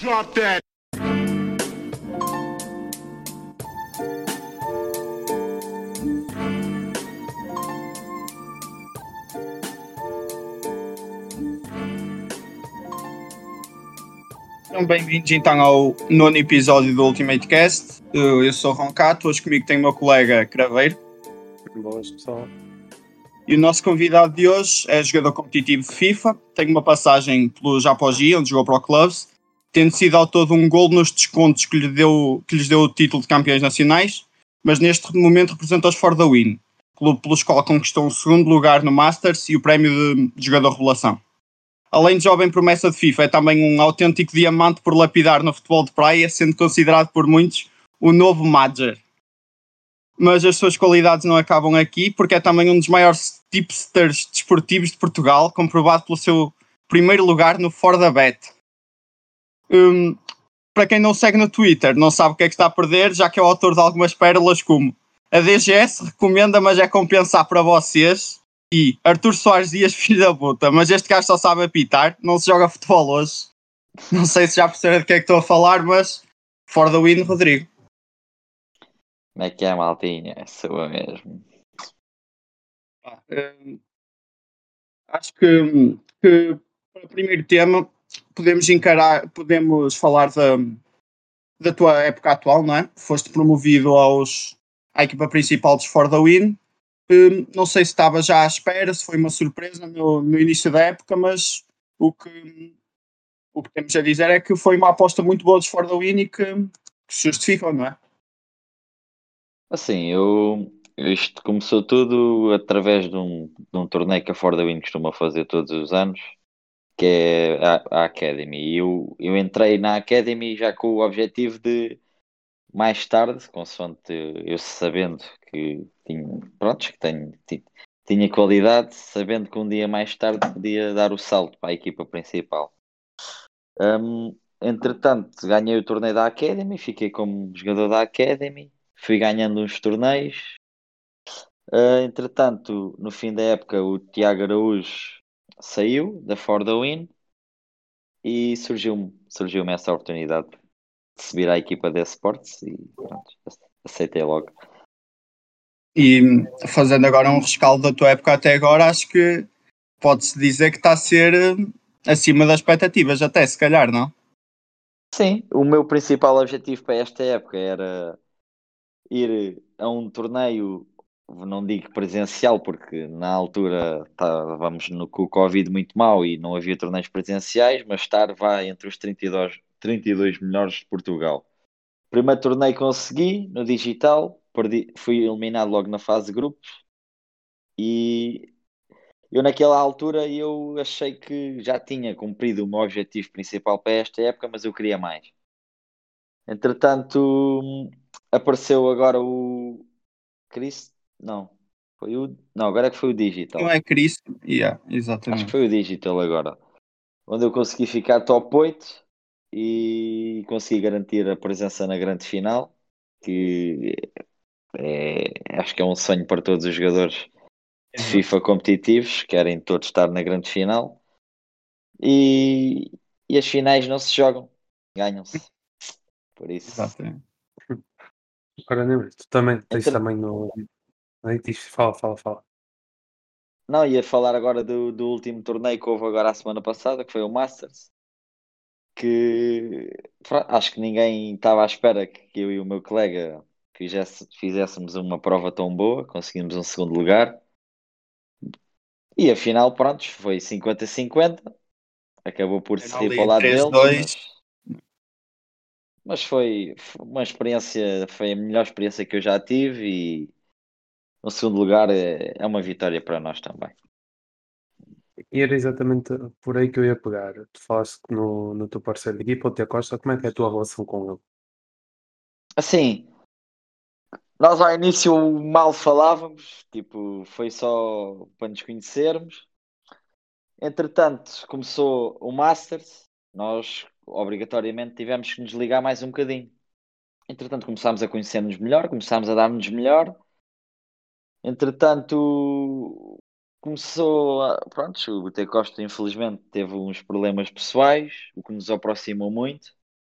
Drop that. Sejam bem-vindos então ao nono episódio do Ultimate Cast. Eu sou o Roncato, hoje comigo tem o meu colega Craveiro. Boas, pessoal. E o nosso convidado de hoje é jogador competitivo de FIFA, tem uma passagem pelo Japão-G, onde jogou para o Clubs, tendo sido ao todo um gol nos descontos que lhes deu o título de campeões nacionais, mas neste momento representa os For the Win, clube pelos qual conquistou um segundo lugar no Masters e o prémio de jogador revelação. Além de jovem promessa de FIFA, é também um autêntico diamante por lapidar no futebol de praia, sendo considerado por muitos o novo Major. Mas as suas qualidades não acabam aqui, porque é também um dos maiores tipsters desportivos de Portugal, comprovado pelo seu primeiro lugar no For the Bet. Para quem não segue no Twitter, não sabe o que é que está a perder, já que é o autor de algumas pérolas como a DGS recomenda, mas é compensar para vocês. E Arthur Soares Dias, filho da puta, mas este gajo só sabe apitar, não se joga futebol hoje. Não sei se já perceberam de que é que estou a falar, mas for the win, Rodrigo. Como é que é, maltinha? Sou eu mesmo. Acho que para o primeiro tema podemos falar da tua época atual, não é? Foste promovido à equipa principal dos For the Win. Não sei se estava já à espera, se foi uma surpresa no início da época, mas o que temos a dizer é que foi uma aposta muito boa dos For the Win e que se justificam, não é? Assim, isto começou tudo através de um torneio que a For the Win costuma fazer todos os anos, que é a Academy. E eu entrei na Academy já com o objetivo de, mais tarde, consoante eu sabendo que tinha qualidade, sabendo que um dia mais tarde podia dar o salto para a equipa principal. Entretanto, ganhei o torneio da Academy, fiquei como jogador da Academy, fui ganhando uns torneios. Entretanto, no fim da época, o Tiago Araújo saiu da For the Win e surgiu-me essa oportunidade de subir à equipa de esportes e pronto, aceitei logo. E fazendo agora um rescaldo da tua época até agora, acho que pode-se dizer que está a ser acima das expectativas, até se calhar, não? Sim, o meu principal objetivo para esta época era ir a um torneio, não digo presencial, porque na altura estávamos com o Covid muito mal e não havia torneios presenciais, mas estar entre os 32 melhores de Portugal. Primeiro torneio consegui no digital, fui eliminado logo na fase de grupos e eu naquela altura eu achei que já tinha cumprido o meu objetivo principal para esta época, mas eu queria mais. Entretanto, apareceu agora o Chris. Não, não, agora é que foi o Não Digital. é Cristo? Yeah, Acho que exatamente. foi o Digital agora, onde eu consegui ficar top 8 e consegui garantir a presença na grande final, que acho que é um sonho para todos os jogadores de Exato. FIFA competitivos, querem todos estar na grande final. E as finais não se jogam, ganham-se. Por isso. Exatamente. Agora nem tu também tens Entre- também no. Aí diz, fala. Não, ia falar agora do último torneio que houve agora a semana passada, que foi o Masters, que acho que ninguém estava à espera que eu e o meu colega fizéssemos uma prova tão boa, conseguimos um segundo lugar. E afinal, pronto, foi 50-50, acabou por se Era rir para o ali lado deles, 3-2. mas foi uma experiência, foi a melhor experiência que eu já tive e um segundo lugar é uma vitória para nós também. E era exatamente por aí que eu ia pegar. Tu falaste que no teu parceiro de equipa, o Tiago Costa, como é que é a tua relação com ele? Assim, nós ao início mal falávamos, tipo, foi só para nos conhecermos. Entretanto, começou o Masters, nós obrigatoriamente tivemos que nos ligar mais um bocadinho. Entretanto, começámos a conhecer-nos melhor, começámos a dar-nos melhor. Entretanto, pronto, o T. Costa infelizmente teve uns problemas pessoais, o que nos aproximou muito.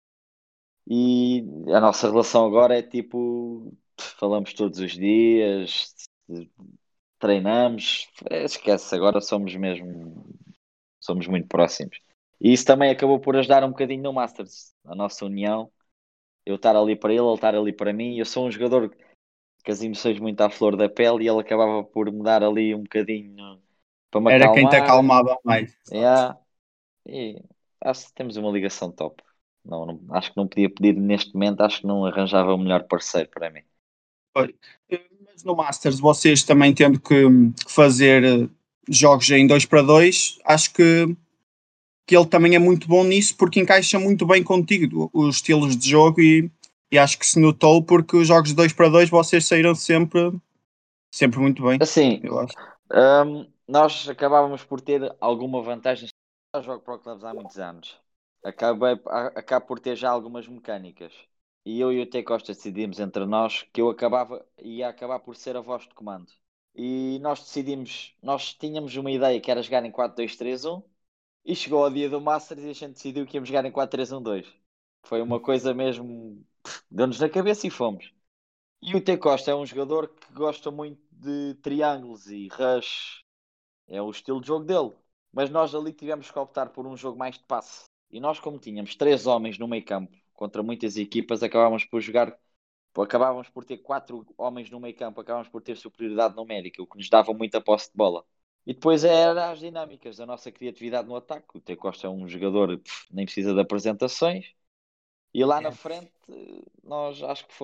E a nossa relação agora é tipo, falamos todos os dias, treinamos, esquece, agora somos muito próximos. E isso também acabou por ajudar um bocadinho no Masters, a nossa união, eu estar ali para ele estar ali para mim. Eu sou um jogador com as emoções muito à flor da pele e ele acabava por me dar ali um bocadinho para me Era quem te acalmar. acalmava mais. Yeah. E acho que temos uma ligação top. Acho que não podia pedir neste momento, acho que não arranjava o melhor parceiro para mim. Pois. Mas no Masters, vocês também tendo que fazer jogos em 2 para 2, acho que ele também é muito bom nisso porque encaixa muito bem contigo os estilos de jogo e acho que se notou porque os jogos de 2 para 2 vocês saíram sempre muito bem, Assim, eu acho. nós acabávamos por ter alguma vantagem. Eu jogo para o Clubs há muitos anos. Acabo por ter já algumas mecânicas. E eu e o T Costa decidimos entre nós que ia acabar por ser a voz de comando. E nós tínhamos uma ideia que era jogar em 4-2-3-1 e chegou ao dia do Masters e a gente decidiu que íamos jogar em 4-3-1-2. Foi uma coisa mesmo, deu-nos na cabeça e fomos. E o T Costa é um jogador que gosta muito de triângulos e rush, é o estilo de jogo dele. Mas nós ali tivemos que optar por um jogo mais de passe. E nós, como tínhamos 3 homens no meio campo contra muitas equipas, acabávamos por ter 4 homens no meio campo, acabávamos por ter superioridade numérica, o que nos dava muita posse de bola. E depois era as dinâmicas, a nossa criatividade no ataque. O T Costa é um jogador, nem precisa de apresentações. E lá na frente, nós acho que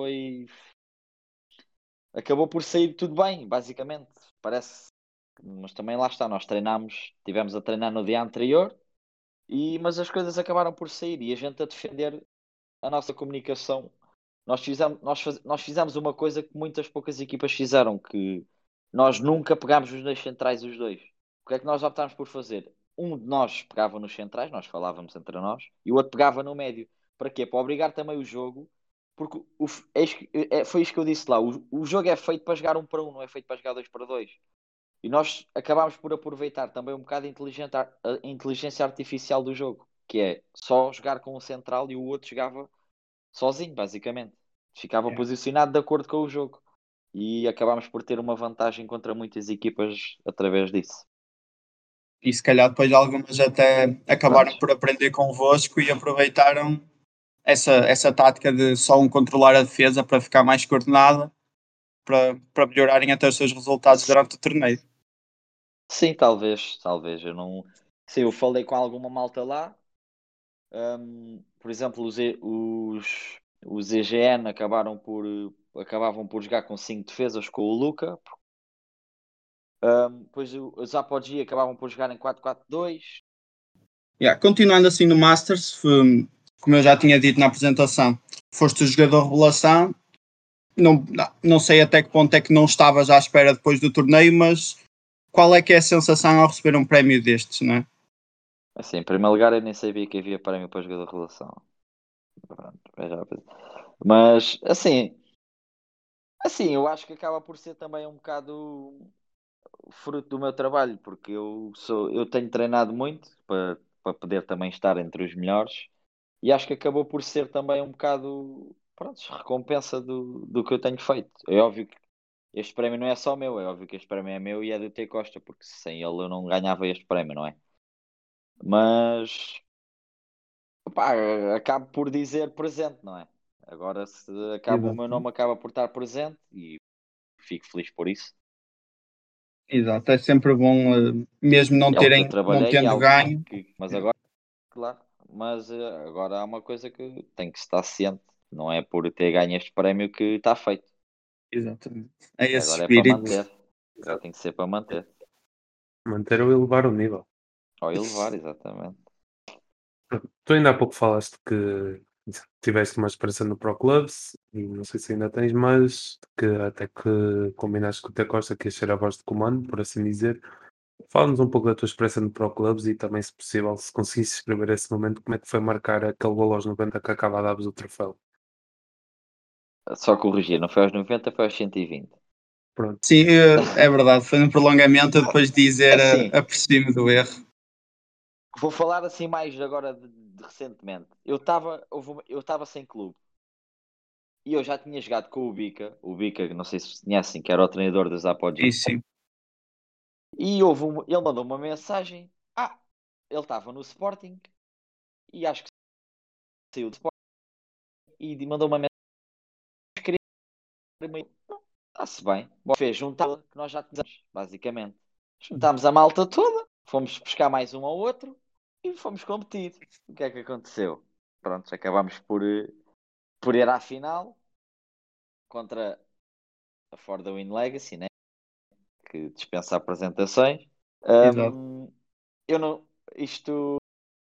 acabou por sair tudo bem, basicamente. Parece. Mas também lá está, nós estivemos a treinar no dia anterior, mas as coisas acabaram por sair e a gente a defender a nossa comunicação. Nós fizemos uma coisa que muitas poucas equipas fizeram, que nós nunca pegámos os dois centrais os dois. O que é que nós optámos por fazer? Um de nós pegava nos centrais, nós falávamos entre nós, e o outro pegava no médio. Para quê? Para obrigar também o jogo, porque foi isso que eu disse lá, o jogo é feito para jogar 1 para 1, não é feito para jogar 2 para 2. E nós acabámos por aproveitar também um bocado a inteligência artificial do jogo, que é só jogar com um central e o outro jogava sozinho, basicamente. Ficava posicionado de acordo com o jogo. E acabámos por ter uma vantagem contra muitas equipas através disso. E se calhar depois algumas até acabaram Prontos. por aprender convosco e aproveitaram essa tática de só um controlar a defesa para ficar mais coordenada, para melhorarem até os seus resultados durante o torneio. Sim, talvez. Eu não. Sim, eu falei com alguma malta lá. Por exemplo, os EGN acabavam por jogar com 5 defesas com o Luca. Depois os Apogee acabavam por jogar em 4-4-2. Yeah, continuando assim no Masters, como eu já tinha dito na apresentação, foste o jogador revelação. Não sei até que ponto é que não estavas à espera depois do torneio, mas qual é que é a sensação ao receber um prémio destes, não é? Assim, em primeiro lugar, eu nem sabia que havia prémio para jogador de relação. Pronto, mas, assim, eu acho que acaba por ser também um bocado fruto do meu trabalho, porque eu tenho treinado muito para poder também estar entre os melhores e acho que acabou por ser também um bocado, pronto, recompensa do que eu tenho feito. É óbvio que este prémio não é só meu, é óbvio que este prémio é meu e é do T Costa, porque sem ele eu não ganhava este prémio, não é? Mas, pá, acabo por dizer presente, não é? Agora, se acaba o meu Exato. nome acaba por estar presente e fico feliz por isso. Exato, é sempre bom, mesmo É algo que eu não trabalhei e é tendo algo ganho. mas agora, claro, mas agora há uma coisa que tem que estar ciente, não é por ter ganho este prémio que está feito. Exatamente. É esse Agora é para espírito. manter. Agora tem que ser para manter. Manter ou elevar o nível. Ou elevar, exatamente. Tu ainda há pouco falaste que tiveste uma experiência no Pro Clubs e não sei se ainda tens, mas que até que combinaste com o T Costa que ia ser a voz de comando, por assim dizer. Fala-nos um pouco da tua experiência no Pro Clubs e também, se possível, se conseguisse escrever esse momento, como é que foi marcar aquele gol aos 90 que acaba de dar-vos o troféu. Só corrigir, não foi aos 90, foi aos 120. Pronto. Sim, é verdade, foi no prolongamento, depois de dizer Assim, apercebi-me do erro. Vou falar assim mais agora de recentemente. Eu estava sem clube e eu já tinha jogado com o Bica, não sei se conhecem, que era o treinador das E Apogee. sim, E ele mandou uma mensagem. Ele estava no Sporting e acho que saiu do Sporting e mandou uma mensagem. Não, está-se bem. Bom, fez juntar que nós já tínhamos, basicamente. Juntámos a malta toda, fomos buscar mais um ao outro e fomos competir. O que é que aconteceu? Pronto, acabámos por ir à final contra a For the Win Legacy, né? Que dispensa apresentações. exato. Eu não. Isto.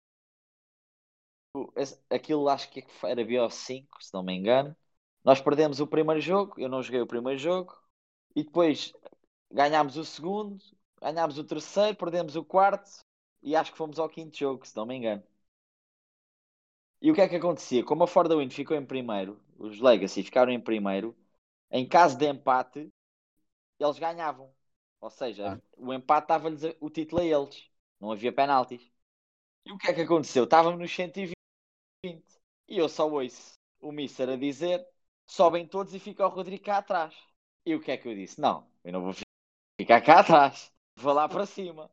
Aquilo acho que era BO5, se não me engano. Nós perdemos o primeiro jogo, eu não joguei o primeiro jogo, e depois ganhámos o segundo, ganhámos o terceiro, perdemos o quarto, e acho que fomos ao quinto jogo, se não me engano. E o que é que acontecia? Como a For the Win ficou em primeiro, os Legacy ficaram em primeiro, em caso de empate, eles ganhavam. Ou seja, o empate dava-lhes o título a eles. Não havia penaltis. E o que é que aconteceu? Estávamos nos 120. E eu só ouço o Mister a dizer: sobem todos e fica o Rodrigo cá atrás. E o que é que eu disse? Não, eu não vou ficar cá atrás. Vou lá para cima.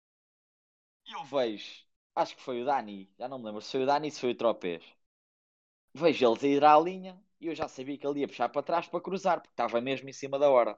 E eu vejo, acho que foi o Dani, já não me lembro se foi o Dani ou se foi o Tropez. Vejo eles a ir à linha e eu já sabia que ele ia puxar para trás para cruzar, porque estava mesmo em cima da hora.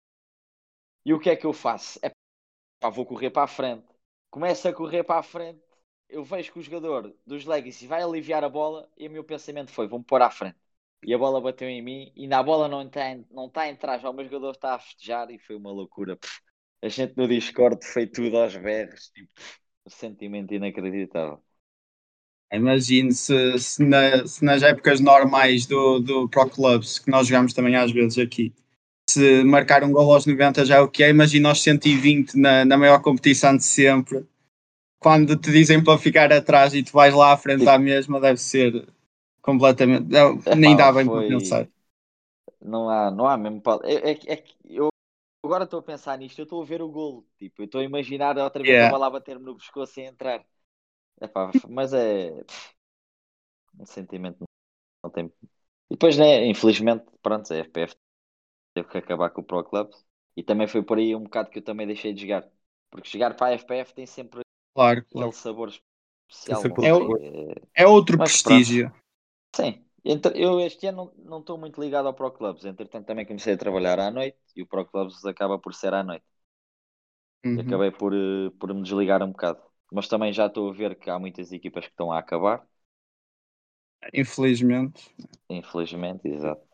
E o que é que eu faço? Vou correr para a frente. Começo a correr para a frente. Eu vejo que o jogador dos Legacy vai aliviar a bola e o meu pensamento foi: vou-me pôr à frente. E a bola bateu em mim e na bola não está em trás, o meu jogador está a festejar e foi uma loucura. A gente no Discord foi tudo aos berros, tipo, um sentimento inacreditável. Imagino se nas épocas normais do Pro Clubs, que nós jogamos também às vezes aqui, se marcar um gol aos 90 já é o que é, imagina aos 120 na maior competição de sempre. Quando te dizem para ficar atrás e tu vais lá à frente à mesma, deve ser completamente. Nem Epá, dá bem para pensar. foi. Não há mesmo. É que eu agora estou a pensar nisto, eu estou a ver o golo. Tipo, eu estou a imaginar outra vez a Yeah, bola a bater-me no pescoço e entrar. Epá, mas é um sentimento não tem. E depois, né, infelizmente, pronto, a FPF teve que acabar com o Pro Club. E também foi por aí um bocado que eu também deixei de jogar. Porque jogar para a FPF tem sempre claro, aquele claro. sabor Tem especial, não sempre É, outro sei. sabor. é outro Mas pronto, prestígio. sim. Eu este ano não estou muito ligado ao Pro Clubs. Entretanto, também comecei a trabalhar à noite e o Pro Clubs acaba por ser à noite. E Uhum. acabei por me desligar um bocado. Mas também já estou a ver que há muitas equipas que estão a acabar. Infelizmente. Infelizmente, exato.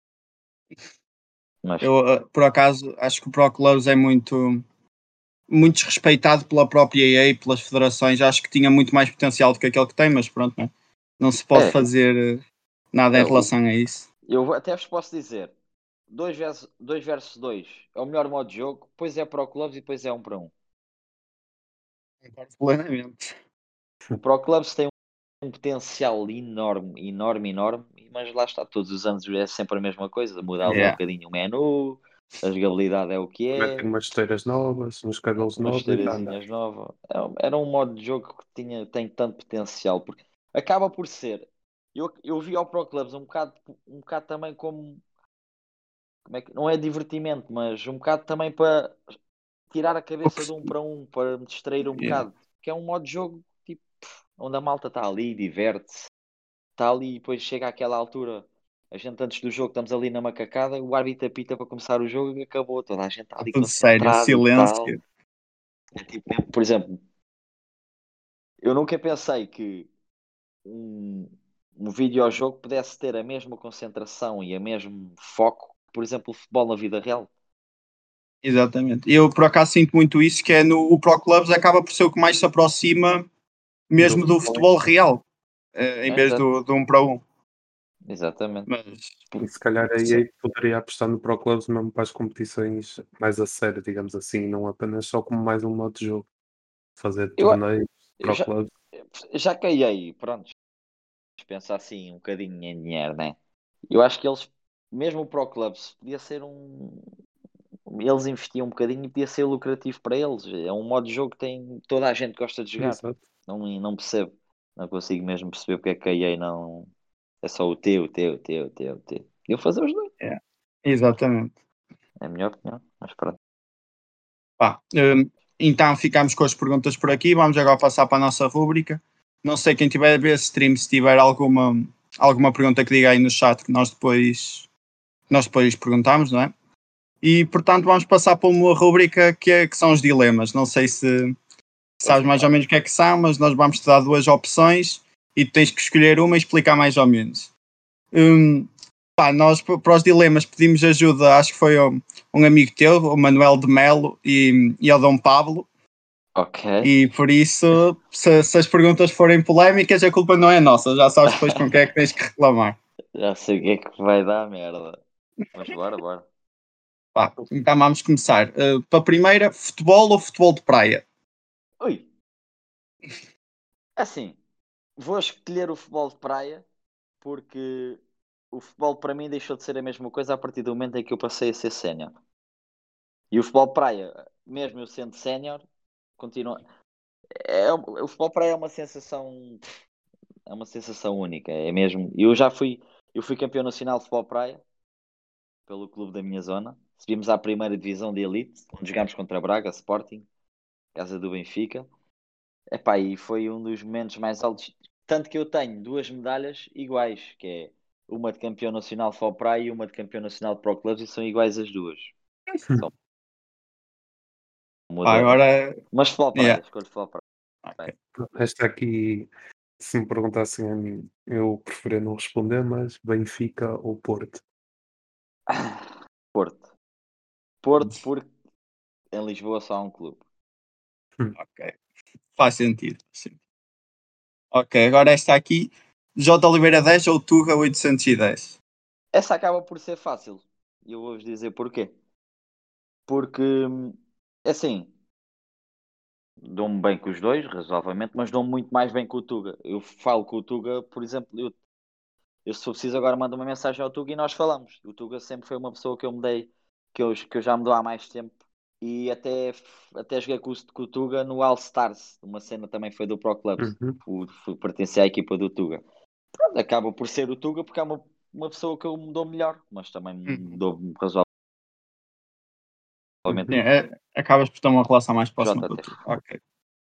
Mas Eu, por acaso, acho que o Pro Clubs é muito desrespeitado pela própria EA e pelas federações. Acho que tinha muito mais potencial do que aquele que tem, mas pronto, né? Não se pode é, fazer nada é em relação a isso. eu até vos posso dizer: 2 versus 2 é o melhor modo de jogo, depois é Pro Clubs e depois é 1 para 1. Concordo plenamente. O Pro Clubs tem um potencial enorme, enorme, enorme, mas lá está, todos os anos é sempre a mesma coisa, muda ali um Yeah. bocadinho o menu, a jogabilidade é o que Também tem é, umas esteiras novas, uns cabelos umas novos e está a andar. esteirazinhas novas. Era um modo de jogo que tem tanto potencial, porque acaba por ser. Eu vi ao Pro Clubs um bocado também como é que, não é divertimento, mas um bocado também para tirar a cabeça de 1 para 1, para me distrair um Yeah. bocado, que é um modo de jogo tipo, onde a malta está ali, diverte-se, está ali e depois chega àquela altura. A gente antes do jogo estamos ali na macacada, o árbitro apita para começar o jogo e acabou. Toda a gente está Tá ali tudo sério, concentrado e tal. silêncio. É tipo, por exemplo, eu nunca pensei que um videojogo pudesse ter a mesma concentração e a mesmo foco que, por exemplo, o futebol na vida real. Exatamente. Eu por acaso sinto muito isso, que é no o Pro Clubs acaba por ser o que mais se aproxima Do mesmo do futebol. futebol real, em É, vez do 1 para 1. exatamente. Mas E se calhar a sim, EA poderia apostar no Pro Clubs mesmo para as competições mais a sério, digamos assim, não apenas só como mais um modo de jogo. Fazer Eu, torneios, eu Pro já, Clubs. já caí, pronto, pensar assim um bocadinho em dinheiro, né? Eu acho que eles, mesmo o Pro Clubs, podia ser eles investiam um bocadinho e podia ser lucrativo para eles. É um modo de jogo que toda a gente gosta de jogar. Exato. Não percebo. Não consigo mesmo perceber porque é que a EA não. É só o T, o T, o T, o T, o T. Eu fazer os dois. É, exatamente. É a minha opinião. Mas pronto. Pá, então ficamos com as perguntas por aqui. Vamos agora passar para a nossa rúbrica. Não sei quem tiver a ver esse stream, se tiver alguma pergunta que diga aí no chat que nós depois perguntamos, não é? E portanto vamos passar para uma rúbrica que são os dilemas. Não sei se sabes mais ou menos o que é que são, mas nós vamos te dar duas opções e tu tens que escolher uma e explicar mais ou menos. Nós para os dilemas pedimos ajuda, acho que foi um amigo teu, o Manuel de Melo e ao Dom Pablo. Ok. E por isso, se as perguntas forem polémicas, a culpa não é nossa. Já sabes depois com quem é que tens que reclamar. Já sei o que é que vai dar merda. Mas bora. Então vamos começar. Para a primeira, futebol ou futebol de praia? Ui. Assim, vou escolher o futebol de praia porque o futebol para mim deixou de ser a mesma coisa a partir do momento em que eu passei a ser sénior. E o futebol de praia, mesmo eu sendo sénior, continua. O futebol de praia é uma sensação única, é mesmo. Eu fui campeão nacional de futebol de praia pelo clube da minha zona. Subimos à primeira divisão de elite, onde jogámos contra Braga, Sporting, Casa do Benfica. Epá, e foi um dos momentos mais altos. Tanto que eu tenho duas medalhas iguais, que é uma de campeão nacional de futebol de praia e uma de campeão nacional de Pro Clubs, e são iguais as duas. Só muda. Agora, Mas futebol de praia, escolho futebol de praia. ok. Esta aqui, se me perguntassem a mim, eu preferia não responder, mas Benfica ou Porto? Porto. Porto, porque em Lisboa só há um clube. Ok. Faz sentido. Sim. Ok, agora esta aqui. J. Oliveira 10 ou Tuga 810? Essa acaba por ser fácil. E eu vou-vos dizer porquê. Porque, assim, dou-me bem com os dois, razoavelmente, mas dou-me muito mais bem com o Tuga. Eu falo com o Tuga, por exemplo, eu se for preciso agora mando uma mensagem ao Tuga e nós falamos. O Tuga sempre foi uma pessoa que eu mudei, que eu já mudou há mais tempo. E até joguei com o Tuga no All Stars. Uma cena também foi do Pro Clubs. Uhum, Fui pertencer à equipa do Tuga. Pronto, acaba por ser o Tuga porque é uma pessoa que eu me dou melhor, mas também me dou razoavelmente uhum. Acabas por ter uma relação mais próxima com o JT. Tuga. Ok.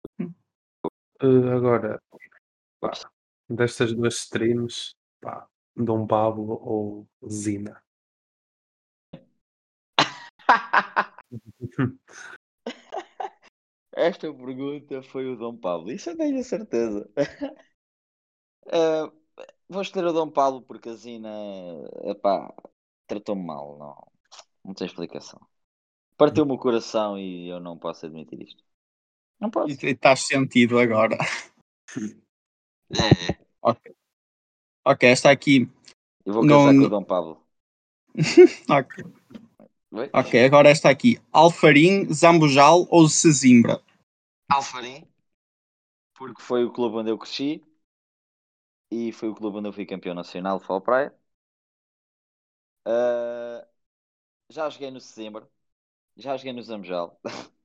Agora, pá, destas duas streams, pá, Dom Pablo ou Zina? Esta pergunta foi o Dom Pablo. Isso eu tenho a certeza. Eh, vou escolher o Dom Pablo porque a Zina, epá, tratou-me mal. Não tem explicação. Partiu-me o coração e eu não posso admitir isto. Não E posso. estás sentido agora. É. Ok. Ok, esta aqui. Eu vou Não, casar com o Dom Pablo. ok. Oi? Ok, agora esta aqui. Alfarim, Zambujal ou Sesimbra? Alfarim, porque foi o clube onde eu cresci e foi o clube onde eu fui campeão nacional de Futebol Praia. Eh, já joguei no Sesimbra, já joguei no Zambujal.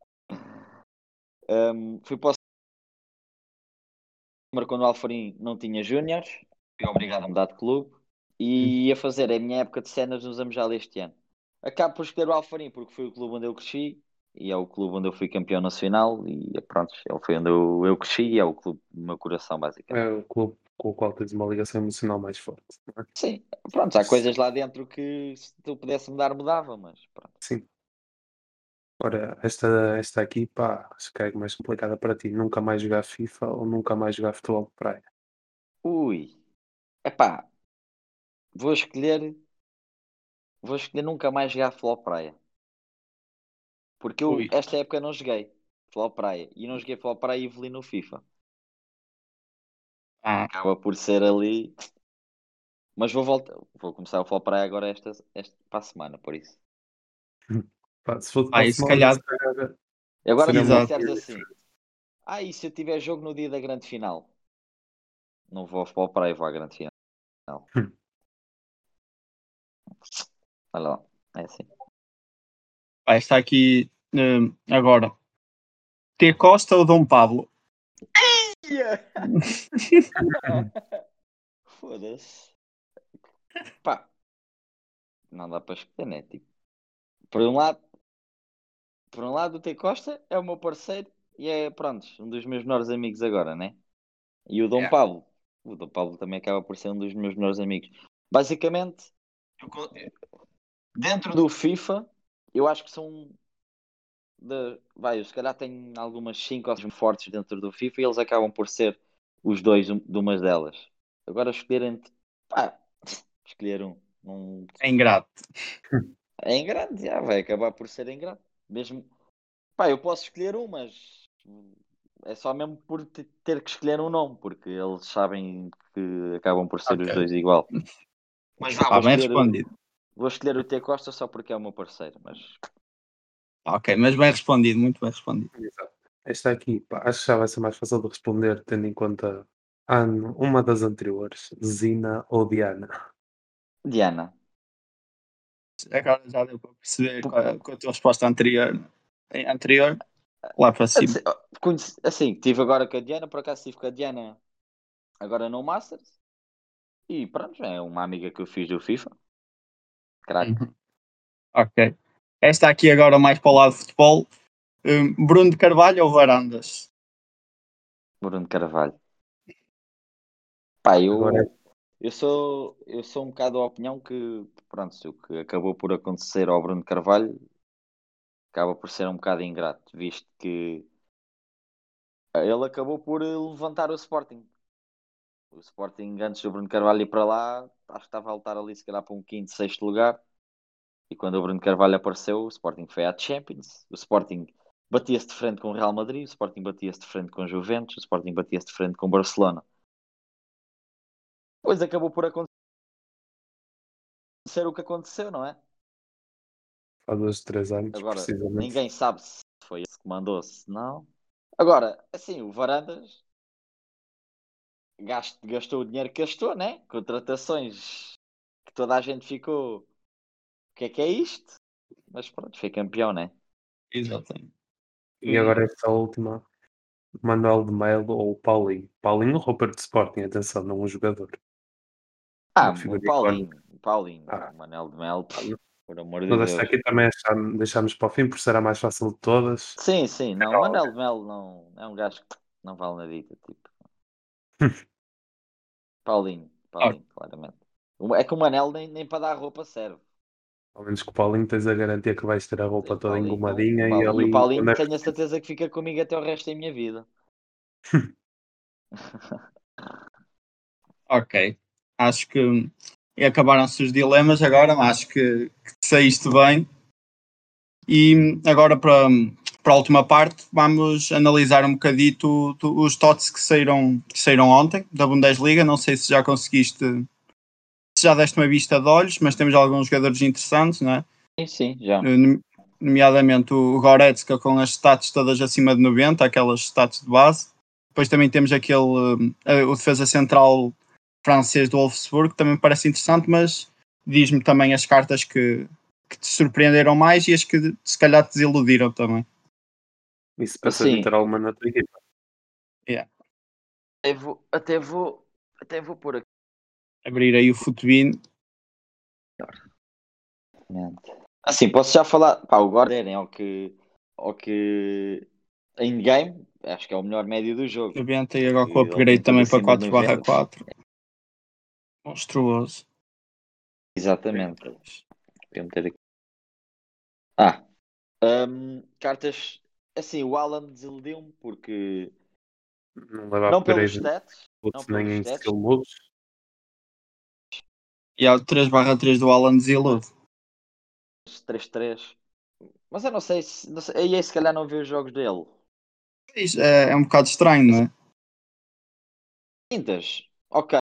Fui para o Sesimbra quando o Alfarim não tinha júniores, fui obrigado a mudar de clube e ia fazer a minha época de cenas no Zambujal este ano. Acabo por escolher o Alfarim porque foi o clube onde eu cresci e é o clube onde eu fui campeão nacional e pronto, ele foi onde eu cresci e é o clube do meu coração, basicamente. É o clube com o qual tens uma ligação emocional mais forte, não é? Sim, pronto, há coisas lá dentro que se tu pudesse mudar, mudava, mas pronto. Sim. Ora, esta aqui, pá, acho que é mais complicada para ti. Nunca mais jogar FIFA ou nunca mais jogar futebol de praia? Ui, epá, vou escolher, vou escolher nunca mais jogar futebol praia, porque eu Ui. esta época não joguei futebol praia e não joguei futebol praia e evoluí no FIFA. Ah, Acaba por ser ali, mas vou começar o futebol praia agora esta para a semana, por isso. Pá, se fosse para a e se semana, calhar. se calhar E agora seria se me uma Exato. disseres opinião assim, diferente. e se eu tiver jogo no dia da grande final? Não vou ao futebol praia, vou à grande final. Olha lá, é assim. Está aqui agora. T. Costa ou Dom Pablo? Foda-se. Pá, não dá para escolher, né? Tipo, por um lado, o T Costa é o meu parceiro e é, pronto, um dos meus melhores amigos agora, né? E Yeah. o Dom Pablo também acaba por ser um dos meus melhores amigos. Basicamente, dentro do FIFA, eu acho que são eu se calhar tenho algumas 5 ou 6 fortes dentro do FIFA e eles acabam por ser os dois de umas delas. Agora escolher entre. Pá, escolher um. É ingrato. É ingrato, já vai acabar por ser ingrato. Mesmo. Pá, eu posso escolher um, mas é só mesmo por ter que escolher um nome, porque eles sabem que acabam por ser os Ok. dois igual. Mas vá, Bem respondido. vou escolher o T Costa só porque é o meu parceiro, mas Ok, mas bem respondido, muito bem respondido. Exato. Esta aqui, pá, acho que já vai ser mais fácil de responder, tendo em conta uma das anteriores, Zina ou Diana. Diana. Agora já deu para perceber com a tua resposta anterior, lá para cima. Assim, estive agora com a Diana, por acaso estive com a Diana agora no Masters. E pronto, é uma amiga que eu fiz do FIFA. Crack. Uhum. Ok. Esta aqui agora mais para o lado de futebol. Bruno de Carvalho ou Varandas? Bruno Carvalho. Pá, Agora eu sou um bocado da opinião que, pronto, o que acabou por acontecer ao Bruno Carvalho acaba por ser um bocado ingrato, visto que ele acabou por levantar o Sporting. O Sporting, antes do Bruno Carvalho ir para lá, acho que estava a lutar ali, se calhar, para um quinto, sexto lugar. E quando o Bruno Carvalho apareceu, o Sporting foi à Champions. O Sporting batia-se de frente com o Real Madrid, o Sporting batia-se de frente com o Juventus, o Sporting batia-se de frente com o Barcelona. Depois acabou por acontecer o que aconteceu, não é? há 2, 3 anos, Agora, precisamente. ninguém sabe se foi esse que mandou, se não. Agora, assim, o Varandas gastou o dinheiro que gastou, né? Contratações que toda a gente ficou. O que é isto? Mas pronto, foi campeão, né? Exatamente. E agora esta última, Manuel de Melo ou Paulinho. Paulinho, roupa de Sporting, atenção, não um jogador. Uma O figura icónica. Paulinho, Ah, o Manel de Mel, não. por amor de Mas esta Deus. aqui também deixámos para o fim, por ser a mais fácil de todas. Sim, sim, não, o Ronaldo. Manel de Mel não é um gajo que não vale nadita, tipo. Ok. Paulinho, claramente. É que o Manel nem para dar roupa serve. Ao menos com o Paulinho tens a garantia que vais ter a roupa Sim, toda Paulinho, não. engomadinha e O ali, Paulinho quando é tenho a preciso. certeza que fica comigo até o resto da minha vida. Ok. Acho que acabaram-se os dilemas agora, mas acho que saíste bem. E agora para a última parte, vamos analisar um bocadito os TOTS que saíram ontem da Bundesliga. Não sei se já conseguiste, se já deste uma vista de olhos, mas temos alguns jogadores interessantes, não é? Sim, já. Nomeadamente o Goretzka com as stats todas acima de 90, aquelas stats de base. Depois também temos o defesa central francês do Wolfsburg, que também me parece interessante, mas diz-me também as cartas que te surpreenderam mais e as que se calhar te desiludiram também. Isso pensas em Assim, ter alguma na tua equipa? Yeah. até vou pôr aqui. Abrir aí o Futbin. Assim, posso já falar. Pá, o Gordon ao que em game, acho que é o melhor médio do jogo. 90 e agora com o Ele tem upgrade tudo também para acima de 90. 4/4. Monstruoso. Exatamente. Vou meter aqui. Cartas. Assim, o Alan desiludiu-me porque. Não leva Não pelos upgrade stats. Não putz, nem pelos em stats. skill moves. E há o 3/3 do Alan desilude. 3-3. Mas eu não sei se. Não sei, aí se calhar não vi os jogos dele. Isso é um bocado estranho, não é? Fintas. Ok.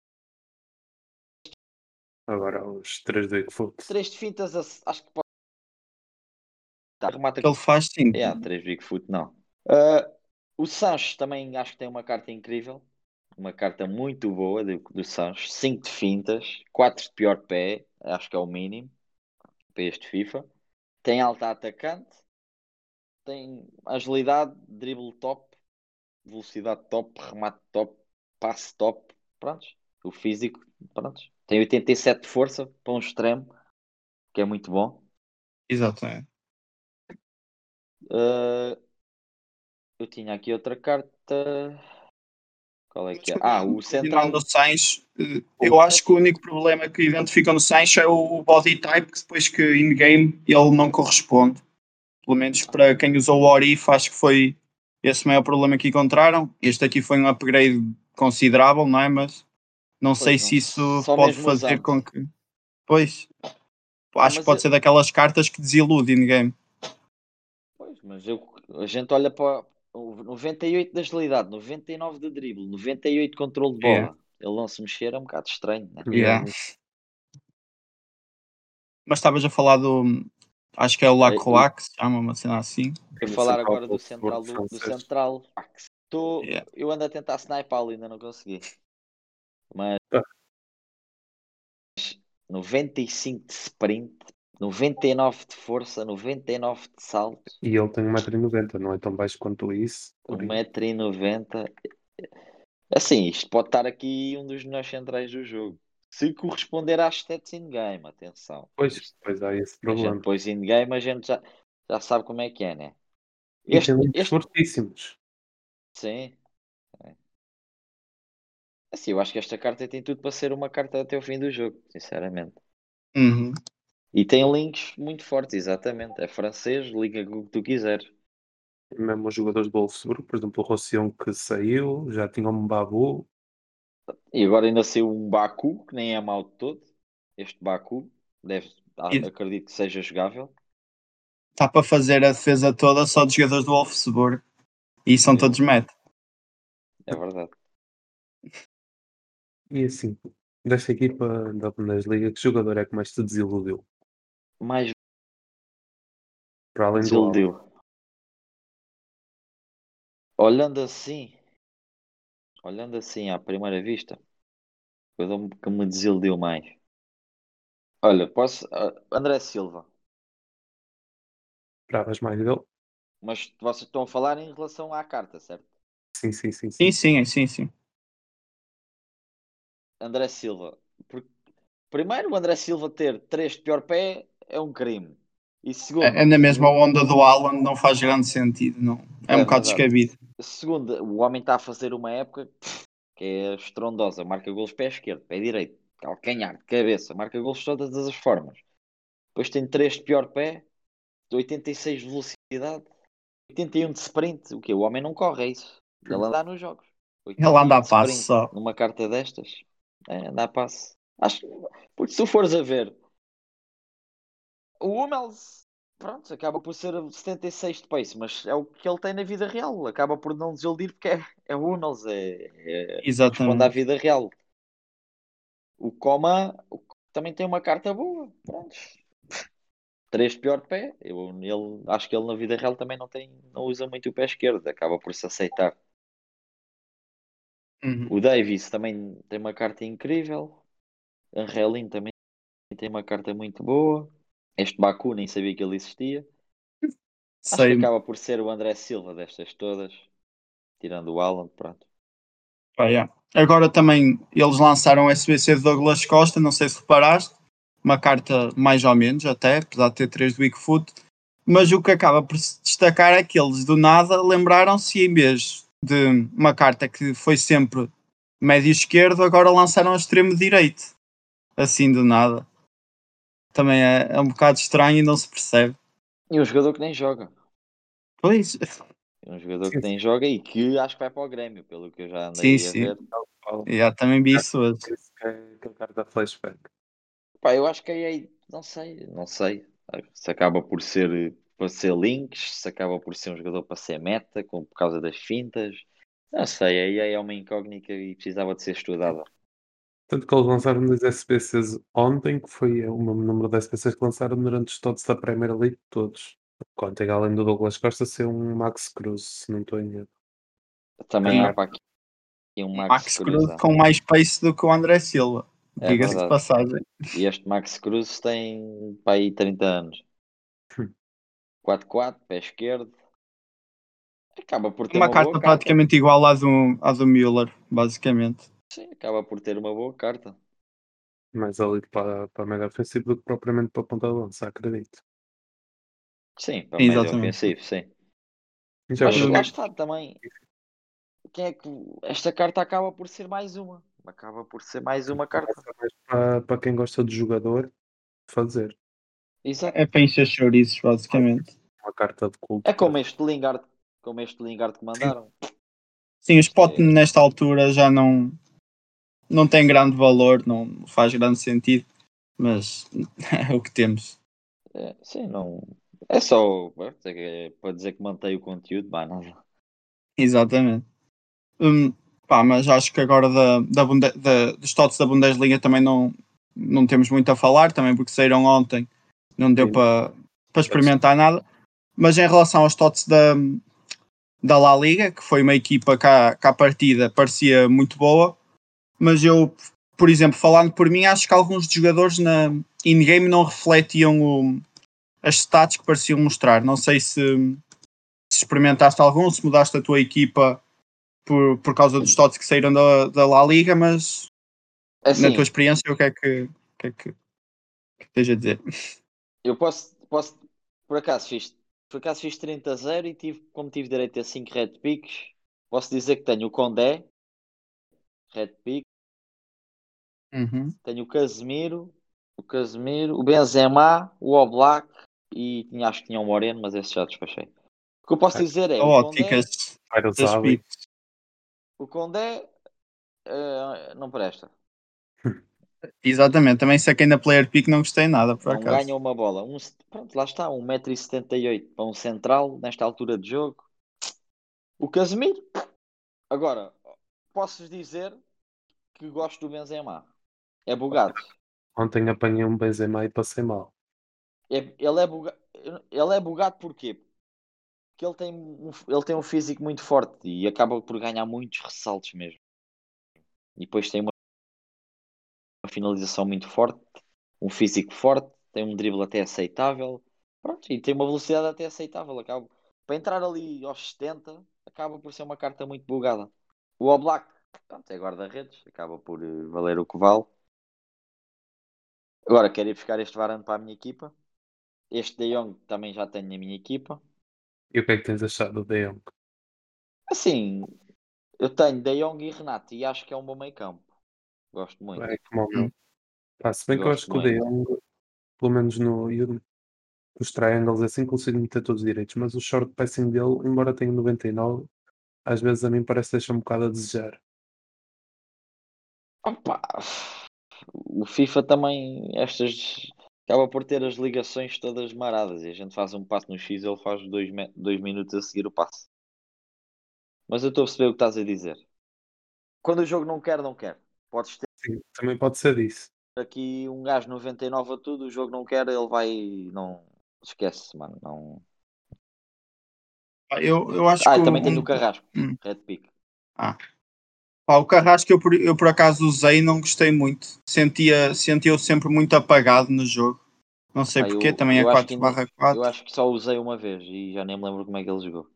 Agora os 3 do Bigfoot. 3 de fintas, acho que pode. Tá, remata. Que ele faz sim. 3 Bigfoot, não. Ah, o Sancho também acho que tem uma carta incrível. Uma carta muito boa do Sancho. 5 de fintas, 4 de pior pé. Acho que é o mínimo para este FIFA. Tem alta atacante, tem agilidade, drible top, velocidade top, remate top, passe top. Prontos. O físico, prontos. Tem 87 de força para um extremo, que é muito bom. Exatamente. Eu tinha aqui outra carta. Qual é que é? O Continuando central. no Sainz, eu acho que o Assim, único problema que identificam no Sainz é o body type, que depois que in-game ele não corresponde. Pelo menos para quem usou o Orif, acho que foi esse o maior problema que encontraram. Este aqui foi um upgrade considerável, não é? Mas não sei pois não. se isso Só pode mesmo fazer usando. com que. Pois, Não, acho que mas pode ser daquelas cartas que desilude in-game. pois, a gente olha para o 98 de agilidade, 99 de drible, 98 de controle de Yeah. bola. Ele não se mexer é um bocado estranho, né? Yeah. Mas estavas a falar do. Acho que é o Lacroix, que se chama, uma cena assim. Eu No falar central agora do central do francês. central. Yeah. Eu ando a tentar sniper ainda não consegui. Mas Tá. 95 de sprint, 99 de força, 99 de salto, E ele tem 1,90 m, não é tão baixo quanto isso. Por isso. 1,90 m. Assim, isto pode estar aqui um dos melhores centrais do jogo. Se corresponder às stats in-game, atenção. Pois há esse A gente problema. depois in-game, a gente já sabe como é que é, né? E tem links Este fortíssimos. sim. Assim, eu acho que esta carta tem tudo para ser uma carta até o fim do jogo, sinceramente. Uhum. E tem links muito fortes, exatamente. É francês, liga com o que tu quiseres. Mesmo os jogadores do Wolfsburg, por exemplo, o Rosselló que saiu, já tinha um Babu. E agora ainda saiu um Baku, que nem é mau de todo. Este Baku, acredito que seja jogável. Está para fazer a defesa toda só de jogadores do Wolfsburg. E são todos meta. É verdade. E assim, desta equipa da Bundesliga, que jogador é que mais te desiludiu? Mais Para além do Alba. desiludiu. Olhando assim à primeira vista, coisa que me desiludiu mais. Olha, André Silva, Esperavas mais dele? mas vocês estão a falar em relação à carta, certo? Sim. Sim. André Silva. Primeiro, o André Silva ter 3 de pior pé é um crime. E É segundo, na mesma onda do Alan, não faz grande sentido. Não. É um é bocado verdade. descabido. Segundo, o homem está a fazer uma época que é estrondosa. Marca golos pé esquerdo, pé direito, calcanhar, de cabeça. Marca golos de todas as formas. Depois tem 3 de pior pé, de 86 de velocidade, 81 de sprint. O quê? O homem não corre, é isso. Ele anda nos jogos. Ele anda 81 a de passo sprint só. numa carta destas. Anda a passe. Acho porque se tu fores a ver, o Hummels, pronto, acaba por ser 76 de pace, mas é o que ele tem na vida real. Acaba por não desiludir porque é o Hummels, corresponde à Exatamente. vida real. O Coman também tem uma carta boa. Pronto. 3 de pior pé. Acho que ele na vida real também não usa muito o pé esquerdo. Acaba por se aceitar. Uhum. O Davis também tem uma carta incrível. Angelin também tem uma carta muito boa. Este Baku nem sabia que ele existia. Acho que Sei. acaba por ser o André Silva destas todas. Tirando o Alan, pronto. Pá, yeah. Agora também eles lançaram o SBC de Douglas Costa, não sei se reparaste. Uma carta mais ou menos, até, apesar de ter 3 do Wickfoot. Mas o que acaba por se destacar é que eles do nada lembraram-se, em vez de uma carta que foi sempre médio esquerdo, agora lançaram o extremo direito. Assim do nada. Também é um bocado estranho e não se percebe. E um jogador que nem joga. Pois, Um jogador que nem joga e que acho que vai para o Grêmio, pelo que eu já sim, andei a sim. ver. Já também vi isso hoje. Esse que é aquele cara da flashback. Pá, eu acho que aí, não sei. Se acaba por ser para ser links, se acaba por ser um jogador para ser meta, por causa das fintas. Não sei, aí é uma incógnita e precisava de ser estudada. Tanto que eles lançaram dois SBCs ontem, que foi o mesmo número de SBCs que lançaram durante os todos da Premier League, todos. Ontem, além do Douglas Costa, ser um Max Cruz, se não estou em erro. Também há E para aqui um Max Max Cruz Cruz. com mais pace do que o André Silva. É Diga-se de verdade. passagem. E este Max Cruz tem para aí 30 anos. 4-4, pé esquerdo. Acaba por ter Uma uma carta boa carta. praticamente igual à do Müller, basicamente. Sim, acaba por ter uma boa carta. Mais ali para a média ofensiva do que propriamente para a ponta de lança, acredito. Sim, para médio Exatamente. ofensivo, sim. E já Mas agora, lá está também. Quem é que. Esta carta acaba por ser mais uma. Acaba por ser mais uma carta. essa é mais para quem gosta de jogador fazer. Exato. É para encher chouriços, basicamente. Uma carta de culto. É como este Lingard que mandaram. Sim, o Isto spot é, nesta altura já não tem grande valor, não faz grande sentido, mas é o que temos. sim, não. É só para dizer que mantém o conteúdo, mas nada. Exatamente. Hum, pá, mas acho que agora dos TOTS da Bundesliga também não temos muito a falar, também porque saíram ontem, não deu Sim. para experimentar nada. Mas em relação aos TOTS da La Liga, que foi uma equipa que à partida parecia muito boa, mas eu, por exemplo, falando por mim, acho que alguns dos jogadores na in-game não refletiam as stats que pareciam mostrar. Não sei se experimentaste algum, se mudaste a tua equipa por causa dos TOTS que saíram da La Liga, mas na tua Assim, experiência, o que tens a dizer? eu posso por acaso fiz 30-0 e como tive direito a 5 red picks, posso dizer que tenho o Condé, red pick, Uhum. tenho o Benzema, o Oblak e acho que tinha o Moreno, mas esse já despachei. O que eu posso dizer é Óticas das Zabi. picks. o Condé não presta. Exatamente, também saquei na player pick, não gostei nada, por Não ganha acaso. uma bola. Pronto, lá está, 1,78 m para um central nesta altura de jogo. O Casemiro, agora, posso dizer que gosto do Benzema. É bugado. Ontem apanhei um Benzema e passei mal. Ele é bugado porquê? Porque ele tem um físico muito forte e acaba por ganhar muitos ressaltos mesmo. E depois tem uma finalização muito forte, um físico forte, tem um drible até aceitável. Pronto, e tem uma velocidade até aceitável. Para entrar ali aos 70, acaba por ser uma carta muito bugada. O Oblak, pronto, é guarda-redes, acaba por valer o que vale. Agora quero ir buscar este Varane para a minha equipa. Este De Jong também já tenho na minha equipa. E o que é que tens achado do De Jong? Assim, eu tenho De Jong e Renato e acho que é um bom meio campo. Gosto muito. É como o Hum. meu. Pá, se bem que eu acho Gosto que o De muito. Jong, pelo menos nos triangles assim, consigo meter todos os direitos, mas o short passing dele, embora tenha 99, às vezes a mim parece deixar um bocado a desejar. Opa, o FIFA também, acaba por ter as ligações todas maradas e a gente faz um passo no X e ele faz 2 minutos a seguir o passo. Mas eu estou a perceber o que estás a dizer. Quando o jogo não quer, não quer. Podes ter Sim, também pode ser disso. aqui um gajo 99 a tudo, o jogo não quer, ele vai. Não. Esquece, mano. Não. Eu acho que Também tenho o Carrasco, hum. Red Pick. O Carrasco eu por acaso usei e não gostei muito. Sentia-o sempre muito apagado no jogo. Não sei Pá, porquê, eu, também é eu acho que eu 4/4. acho que só usei uma vez e já nem me lembro como é que ele jogou.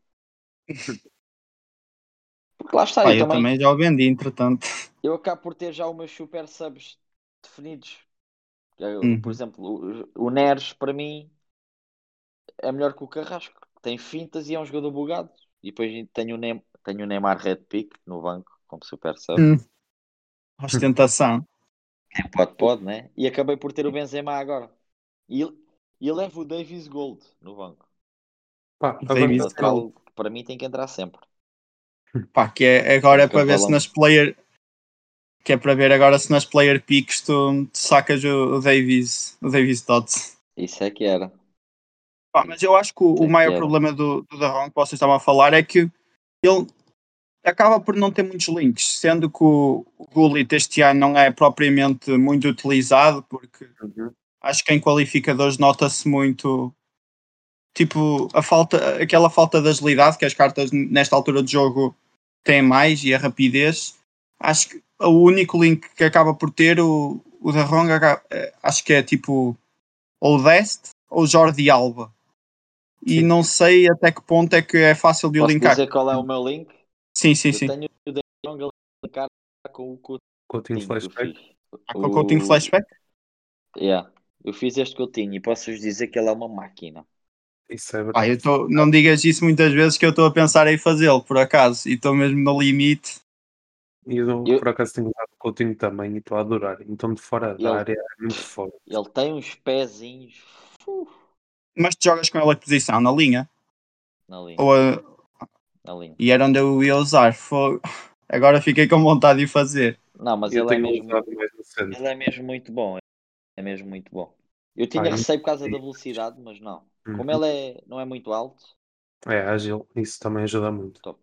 Porque lá está, Pá, eu eu também também já o vendi, entretanto. eu acabo por ter já os meus super subs definidos. Por Uhum. exemplo, o Neres para mim é melhor que o Carrasco. Tem fintas e é um jogador bugado. E depois tenho o Neymar Red Pick no banco como super sub. Hum. Ostentação. Quem pode, né? E acabei por ter o Benzema agora. E levo o Davis Gold no banco. Pá, agora Um Davis Gold. lateral que para mim tem que entrar sempre. Pá, que é É agora um é para ver se cavalão. nas player. Que é para ver agora se nas player picks tu sacas o Davis Dodds. Isso é que era. Pá, mas eu acho que o Isso é que maior era. problema do Darron que vocês estavam a falar é que ele acaba por não ter muitos links, sendo que o Gullit este ano não é propriamente muito utilizado, porque Uhum. acho que em qualificadores nota-se muito tipo aquela falta de agilidade que as cartas nesta altura do jogo têm mais e a rapidez. Acho que o único link que acaba por ter o da Ronga acho que é tipo ou Dest ou Jordi Alba. e Sim. não sei até que ponto é que é fácil de o Posso linkar. dizer qual é o meu link? Sim. Eu tenho o De Jong a linkar com o Coutinho Coutinho que eu flashback. fiz. Com o Coutinho flashback? Yeah. Eu fiz este Coutinho e posso-vos dizer que ele é uma máquina. Isso é verdade. Não digas isso muitas vezes que eu estou a pensar em fazê-lo, por acaso, e estou mesmo no limite. E eu, Eu- por acaso, tenho usado o Coutinho também e estou a adorar. Então, de fora da Ele- área é muito forte. Ele tem uns pezinhos Mas tu jogas com ela que posição? Na linha? na linha. Ou Na linha. E era onde eu ia usar. Agora fiquei com vontade de o fazer. Não, mas Eu ele é tenho mesmo. usado mais no centro. Ele é mesmo muito bom. É mesmo muito bom. Eu tinha Ah, receio por causa da velocidade, mas não. Como Uhum. ele não é muito alto, É ágil, isso também ajuda muito. top.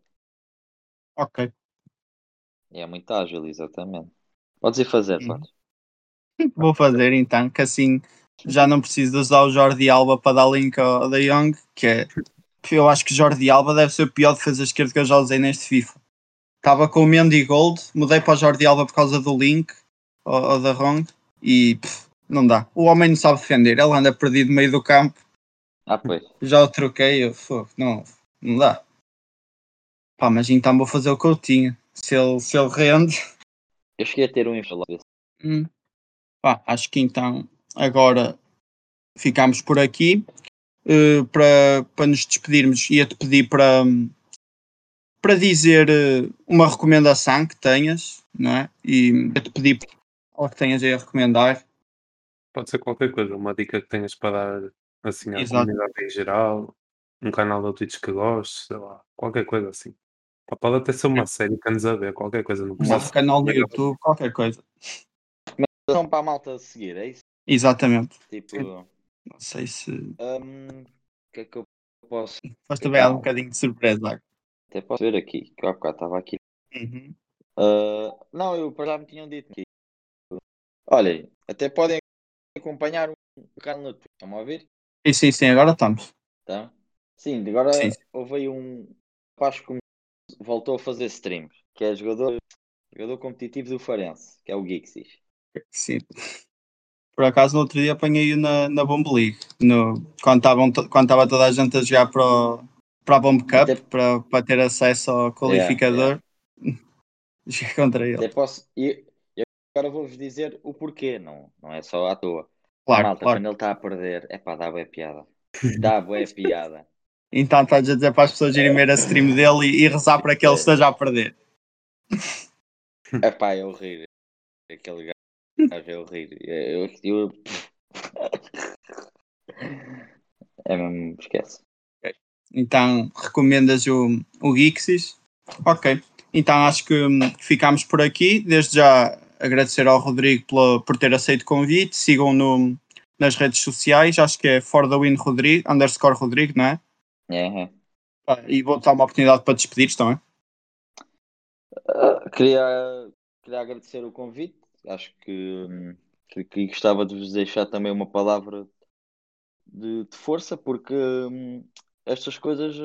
Ok. É muito ágil, exatamente. Podes ir fazer, Uhum. Fatos. Vou fazer então, que assim já não preciso de usar o Jordi Alba para dar link ao De Jong, que é. Eu acho que Jordi Alba deve ser o pior defesa esquerda que eu já usei neste FIFA. Estava com o Mendy Gold, mudei para o Jordi Alba por causa do link ao da Rong e não dá. O homem não sabe defender, ele anda perdido no meio do campo. Ah, pois. Já o troquei, não dá. Pá, mas então vou fazer o Coutinho. Se ele rende, Eu cheguei a ter um enxalado desse. pá, acho que então agora ficamos por aqui. Para nos despedirmos, ia-te pedir para dizer uma recomendação que tenhas, não é? E ia-te pedir algo que tenhas aí a recomendar. Pode ser qualquer coisa, uma dica que tenhas para dar assim à Exato. comunidade em geral, um canal da Twitch que gostes, sei lá, qualquer coisa assim. Pode até ser uma série que andes a ver, qualquer coisa, não precisa Um ser canal no mega. YouTube, qualquer coisa. São para a malta seguir, é isso? Exatamente. Tipo, Não sei se o que é que eu posso. foste bem um Não, bocadinho de surpresa. até posso ver aqui, que eu há bocado estava aqui. Uhum. Não, eu para já me tinham dito aqui. Olhem, até podem acompanhar um canal no Twitch, estão a ouvir? Sim, agora estamos. Tá? Sim, agora Sim. houve aí um rapaz que voltou a fazer streams, que é jogador competitivo do Farense, que é o Gixis. Sim. Por acaso, no outro dia apanhei-o na Bomb League. Quando estava toda a gente a jogar para a Bomb Cup, Até- para ter acesso ao qualificador, joguei contra ele. Até posso. E agora vou-vos dizer o porquê, não é só à toa. Claro, Malta, claro. quando ele está a perder, é pá, dá bué piada. Dá bué piada. Então estás a dizer para as pessoas irem ver a stream dele e rezar para que ele esteja a perder. É pá, é horrível. Aquele gajo é horrível. É mesmo, esquece. Então recomendas o Gixis. Ok. Então acho que ficamos por aqui. Desde já agradecer ao Rodrigo por ter aceito o convite. Sigam nas redes sociais. Acho que é For the Win Rodrigo, _Rodrigo, não é? É. E vou-te dar uma oportunidade para te despedir também. Queria agradecer o convite. Acho que gostava de vos deixar também uma palavra de força, porque estas coisas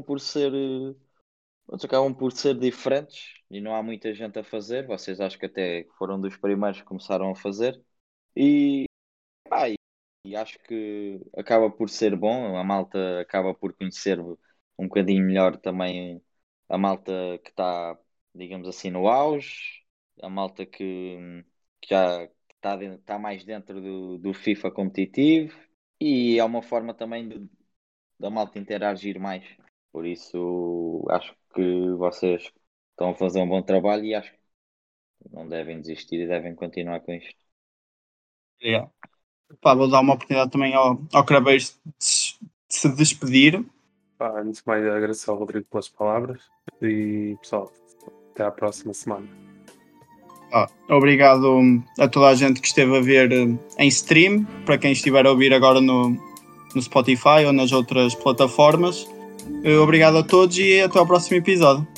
acabam por ser diferentes e não há muita gente a fazer. Vocês acho que até foram dos primeiros que começaram a fazer. E, pá, e acho que acaba por ser bom. A malta acaba por conhecer um bocadinho melhor também a malta que está, digamos assim, no auge, a malta que já está mais dentro do FIFA competitivo e é uma forma também da malta interagir mais. Por isso acho que vocês estão a fazer um bom trabalho e acho que não devem desistir e devem continuar com isto. Yeah. Pá, vou dar uma oportunidade também ao Craveiros de se despedir. Pá, antes de mais, agradecer ao Rodrigo pelas palavras e pessoal, até à próxima semana. Obrigado a toda a gente que esteve a ver em stream, para quem estiver a ouvir agora no Spotify ou nas outras plataformas. Obrigado a todos e até ao próximo episódio.